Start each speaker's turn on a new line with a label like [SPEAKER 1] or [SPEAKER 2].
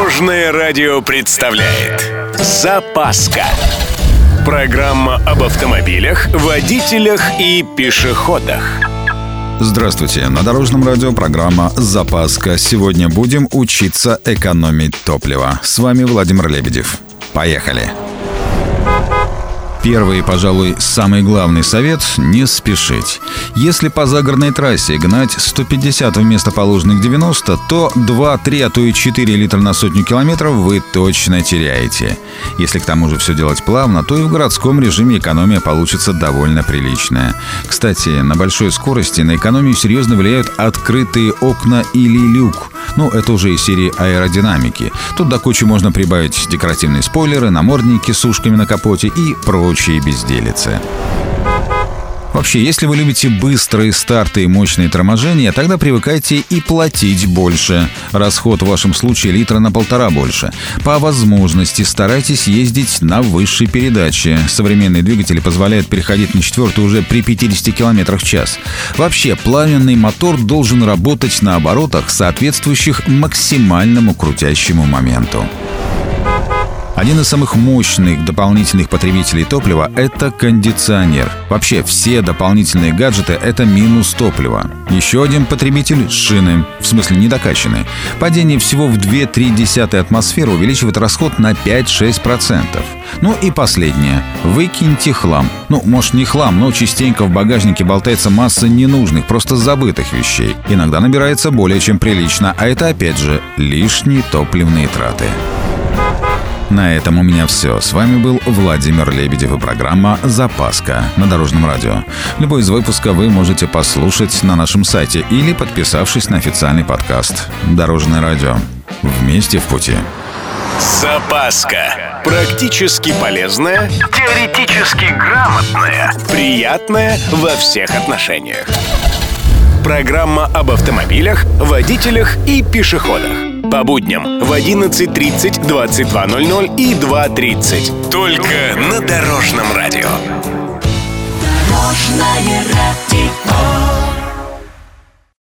[SPEAKER 1] Дорожное радио представляет «Запаска». Программа об автомобилях, водителях и пешеходах.
[SPEAKER 2] Здравствуйте, на Дорожном радио программа «Запаска». Сегодня будем учиться экономить топливо. С вами Владимир Лебедев. Поехали! Первый и, пожалуй, самый главный совет – не спешить. Если по загородной трассе гнать 150 вместо положенных 90, то 2, 3, а то и 4 литра на сотню километров вы точно теряете. Если к тому же все делать плавно, то и в городском режиме экономия получится довольно приличная. Кстати, на большой скорости на экономию серьезно влияют открытые окна или люк. Это уже из серии аэродинамики. Тут до кучи можно прибавить декоративные спойлеры, намордники с ушками на капоте и прочие безделицы. Вообще, если вы любите быстрые старты и мощные торможения, тогда привыкайте и платить больше. Расход в вашем случае литра на 1,5 больше. По возможности старайтесь ездить на высшей передаче. Современные двигатели позволяют переходить на 4-ю уже при 50 км в час. Вообще, пламенный мотор должен работать на оборотах, соответствующих максимальному крутящему моменту. Один из самых мощных дополнительных потребителей топлива – это кондиционер. Вообще, все дополнительные гаджеты – это минус топлива. Еще один потребитель – шины, в смысле недокачанные. Падение всего в 2-3 атмосферы увеличивает расход на 5-6%. И последнее – выкиньте хлам. Может, не хлам, но частенько в багажнике болтается масса ненужных, просто забытых вещей. Иногда набирается более чем прилично, а это, опять же, лишние топливные траты. На этом у меня все. С вами был Владимир Лебедев и программа «Запаска» на Дорожном радио. Любой из выпусков вы можете послушать на нашем сайте или подписавшись на официальный подкаст. Дорожное радио. Вместе в пути.
[SPEAKER 1] «Запаска». Практически полезная, теоретически грамотная, приятная во всех отношениях. Программа об автомобилях, водителях и пешеходах. По будням в 11:30, 22:00 и 2:30. Только на Дорожном радио.
[SPEAKER 3] Дорожное радио.